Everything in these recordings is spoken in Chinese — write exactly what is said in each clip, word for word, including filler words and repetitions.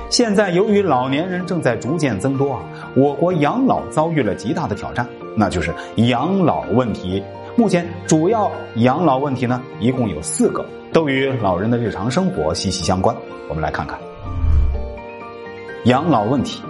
现在由于老年人正在逐渐增多啊，我国养老遭遇了极大的挑战，那就是养老问题。目前主要养老问题呢，一共有四个，都与老人的日常生活息息相关。我们来看看养老问题。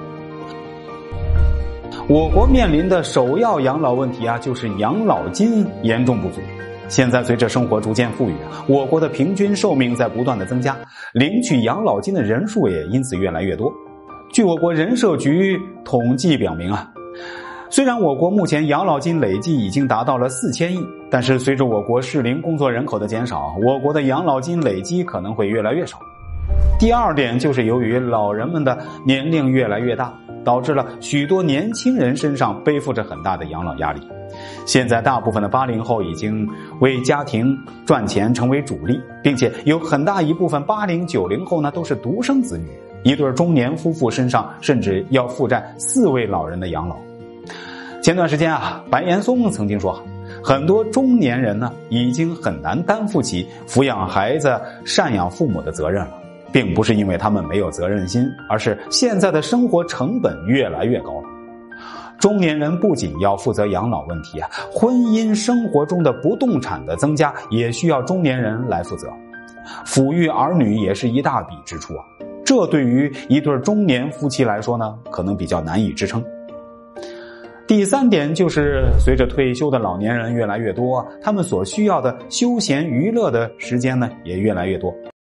我国面临的首要养老问题啊，就是养老金严重不足。现在随着生活逐渐富裕啊，我国的平均寿命在不断的增加，领取养老金的人数也因此越来越多。据我国人社局统计表明啊，虽然我国目前养老金累计已经达到了四千亿，但是随着我国适龄工作人口的减少，我国的养老金累积可能会越来越少。第二点就是由于老人们的年龄越来越大，导致了许多年轻人身上背负着很大的养老压力。现在大部分的八零后已经为家庭赚钱成为主力，并且有很大一部分八零九零后呢都是独生子女，一对中年夫妇身上甚至要负债四位老人的养老。前段时间啊，白岩松曾经说，很多中年人呢已经很难担负起抚养孩子、赡养父母的责任了，并不是因为他们没有责任心，而是现在的生活成本越来越高了。中年人不仅要负责养老问题啊，婚姻生活中的不动产的增加也需要中年人来负责，抚育儿女也是一大笔支出啊。这对于一对中年夫妻来说呢，可能比较难以支撑。第三点就是随着退休的老年人越来越多，他们所需要的休闲娱乐的时间呢也越来越多。